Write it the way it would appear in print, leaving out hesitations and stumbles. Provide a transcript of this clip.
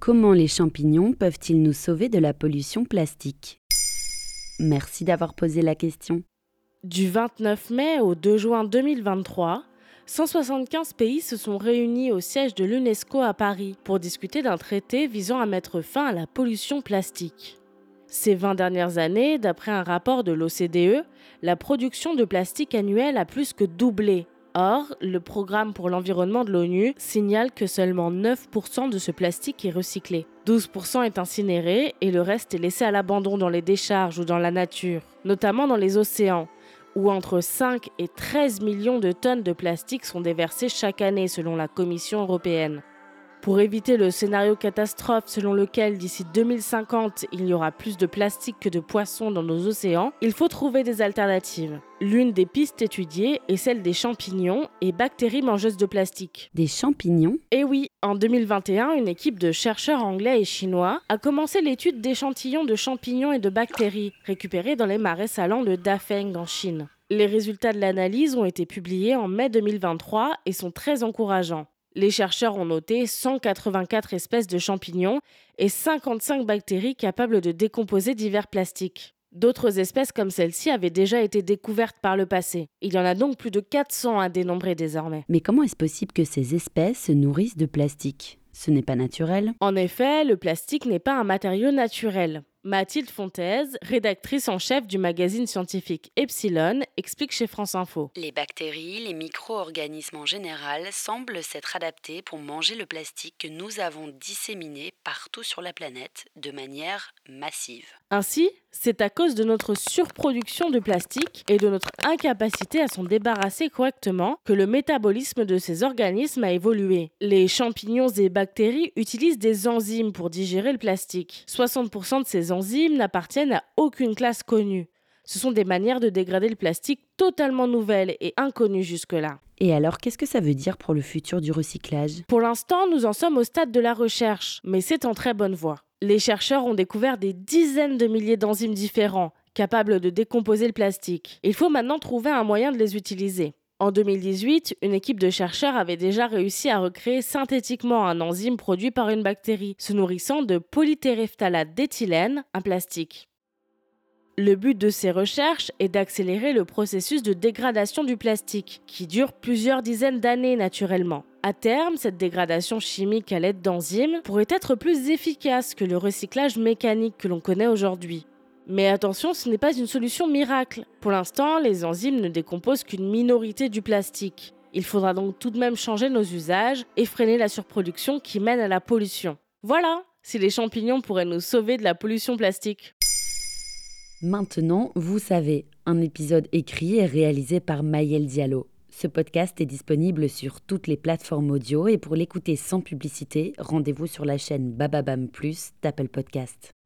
Comment les champignons peuvent-ils nous sauver de la pollution plastique ? Merci d'avoir posé la question. Du 29 mai au 2 juin 2023, 175 pays se sont réunis au siège de l'UNESCO à Paris pour discuter d'un traité visant à mettre fin à la pollution plastique. Ces 20 dernières années, d'après un rapport de l'OCDE, la production de plastique annuelle a plus que doublé. Or, le Programme pour l'environnement de l'ONU signale que seulement 9% de ce plastique est recyclé. 12% est incinéré et le reste est laissé à l'abandon dans les décharges ou dans la nature, notamment dans les océans, où entre 5 et 13 millions de tonnes de plastique sont déversées chaque année selon la Commission européenne. Pour éviter le scénario catastrophe selon lequel d'ici 2050, il y aura plus de plastique que de poissons dans nos océans, il faut trouver des alternatives. L'une des pistes étudiées est celle des champignons et bactéries mangeuses de plastique. Des champignons ? Et oui, en 2021, une équipe de chercheurs anglais et chinois a commencé l'étude d'échantillons de champignons et de bactéries récupérés dans les marais salants de Dafeng en Chine. Les résultats de l'analyse ont été publiés en mai 2023 et sont très encourageants. Les chercheurs ont noté 184 espèces de champignons et 55 bactéries capables de décomposer divers plastiques. D'autres espèces comme celle-ci avaient déjà été découvertes par le passé. Il y en a donc plus de 400 à dénombrer désormais. Mais comment est-ce possible que ces espèces se nourrissent de plastique ? Ce n'est pas naturel ? En effet, le plastique n'est pas un matériau naturel. Mathilde Fontaise, rédactrice en chef du magazine scientifique Epsilon, explique chez France Info. Les bactéries, les micro-organismes en général, semblent s'être adaptés pour manger le plastique que nous avons disséminé partout sur la planète de manière massive. Ainsi, c'est à cause de notre surproduction de plastique et de notre incapacité à s'en débarrasser correctement que le métabolisme de ces organismes a évolué. Les champignons et bactéries utilisent des enzymes pour digérer le plastique. 60% de ces enzymes n'appartiennent à aucune classe connue. Ce sont des manières de dégrader le plastique totalement nouvelles et inconnues jusque-là. Et alors, qu'est-ce que ça veut dire pour le futur du recyclage ? Pour l'instant, nous en sommes au stade de la recherche, mais c'est en très bonne voie. Les chercheurs ont découvert des dizaines de milliers d'enzymes différents, capables de décomposer le plastique. Il faut maintenant trouver un moyen de les utiliser. En 2018, une équipe de chercheurs avait déjà réussi à recréer synthétiquement un enzyme produit par une bactérie, se nourrissant de polytéréphtalate d'éthylène, un plastique. Le but de ces recherches est d'accélérer le processus de dégradation du plastique, qui dure plusieurs dizaines d'années naturellement. À terme, cette dégradation chimique à l'aide d'enzymes pourrait être plus efficace que le recyclage mécanique que l'on connaît aujourd'hui. Mais attention, ce n'est pas une solution miracle. Pour l'instant, les enzymes ne décomposent qu'une minorité du plastique. Il faudra donc tout de même changer nos usages et freiner la surproduction qui mène à la pollution. Voilà, si les champignons pourraient nous sauver de la pollution plastique. Maintenant, vous savez, un épisode écrit et réalisé par Maëlle Diallo. Ce podcast est disponible sur toutes les plateformes audio et pour l'écouter sans publicité, rendez-vous sur la chaîne Bababam Plus d'Apple Podcast.